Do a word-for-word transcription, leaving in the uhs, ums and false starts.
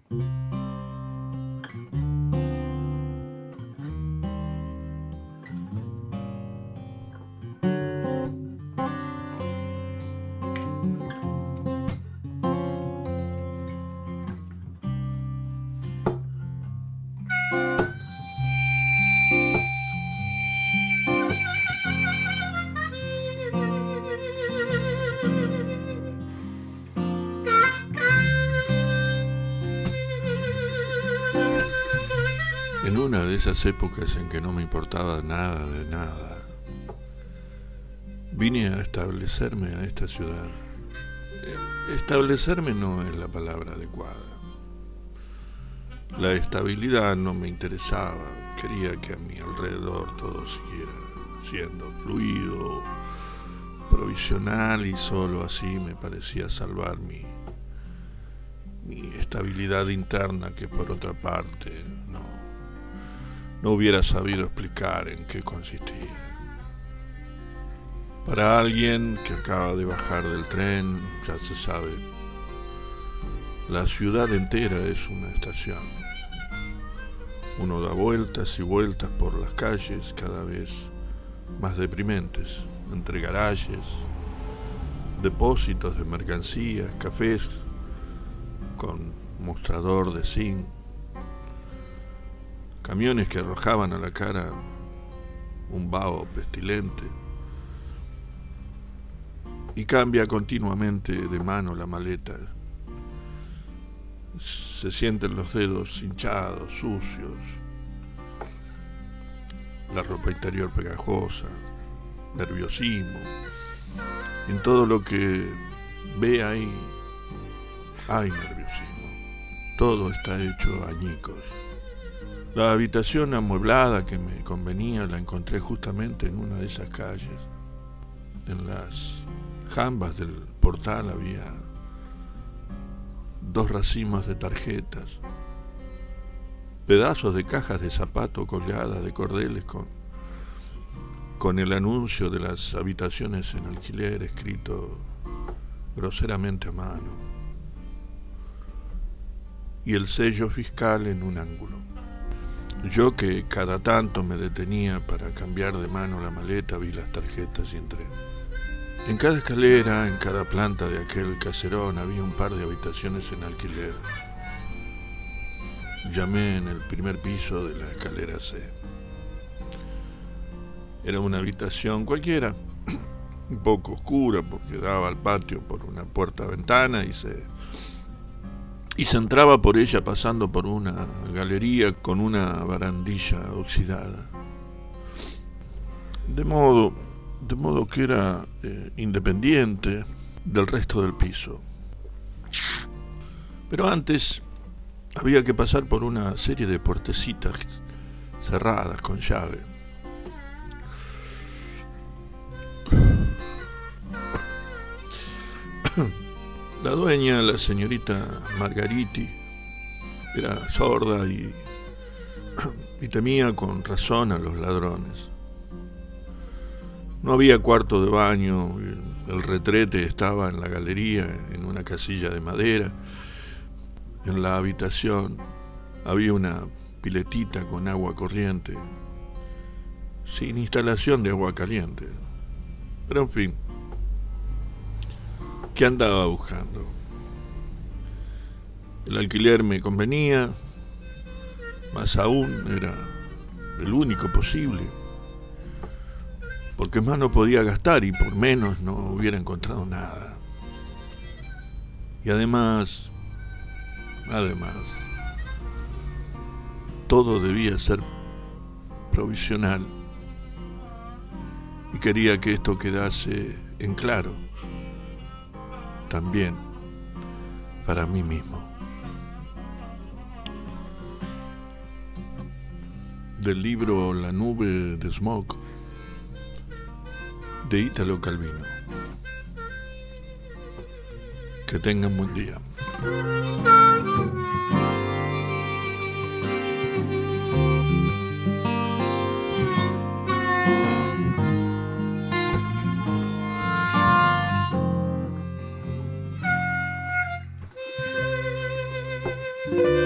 En una de esas épocas en que no me importaba nada de nada, vine a establecerme a esta ciudad. Establecerme no es la palabra adecuada. La estabilidad no me interesaba. Quería que a mi alrededor todo siguiera siendo fluido, provisional, y solo así me parecía salvar mi, mi estabilidad interna, que por otra parte no, no hubiera sabido explicar en qué consistía. Para alguien que acaba de bajar del tren, ya se sabe, la ciudad entera es una estación. Uno da vueltas y vueltas por las calles cada vez más deprimentes, entre garajes, depósitos de mercancías, cafés con mostrador de zinc, camiones que arrojaban a la cara un vaho pestilente, y cambia continuamente de mano la maleta. Se sienten los dedos hinchados, sucios, la ropa interior pegajosa, nerviosismo. En todo lo que ve ahí hay nerviosismo. Todo está hecho añicos. La habitación amueblada que me convenía la encontré justamente en una de esas calles. En las jambas del portal había dos racimos de tarjetas, pedazos de cajas de zapato colgadas de cordeles con, con el anuncio de las habitaciones en alquiler escrito groseramente a mano, y el sello fiscal en un ángulo. Yo, que cada tanto me detenía para cambiar de mano la maleta, vi las tarjetas y entré. En cada escalera, en cada planta de aquel caserón, había un par de habitaciones en alquiler. Llamé en el primer piso de la escalera C. Era una habitación cualquiera, un poco oscura porque daba al patio por una puerta-ventana y se, y se entraba por ella pasando por una galería con una barandilla oxidada. De modo... de modo que era eh, independiente del resto del piso. Pero antes había que pasar por una serie de puertecitas cerradas con llave. La dueña, la señorita Margariti, era sorda y, y temía con razón a los ladrones. No había cuarto de baño, el retrete estaba en la galería, en una casilla de madera. En la habitación había una piletita con agua corriente, sin instalación de agua caliente. Pero en fin, ¿qué andaba buscando? El alquiler me convenía, más aún era el único posible, porque más no podía gastar y por menos no hubiera encontrado nada. Y además, además, todo debía ser provisional, y quería que esto quedase en claro también para mí mismo. Del libro La nube de smog de Ítalo Calvino. Que tengan buen día. Thank you.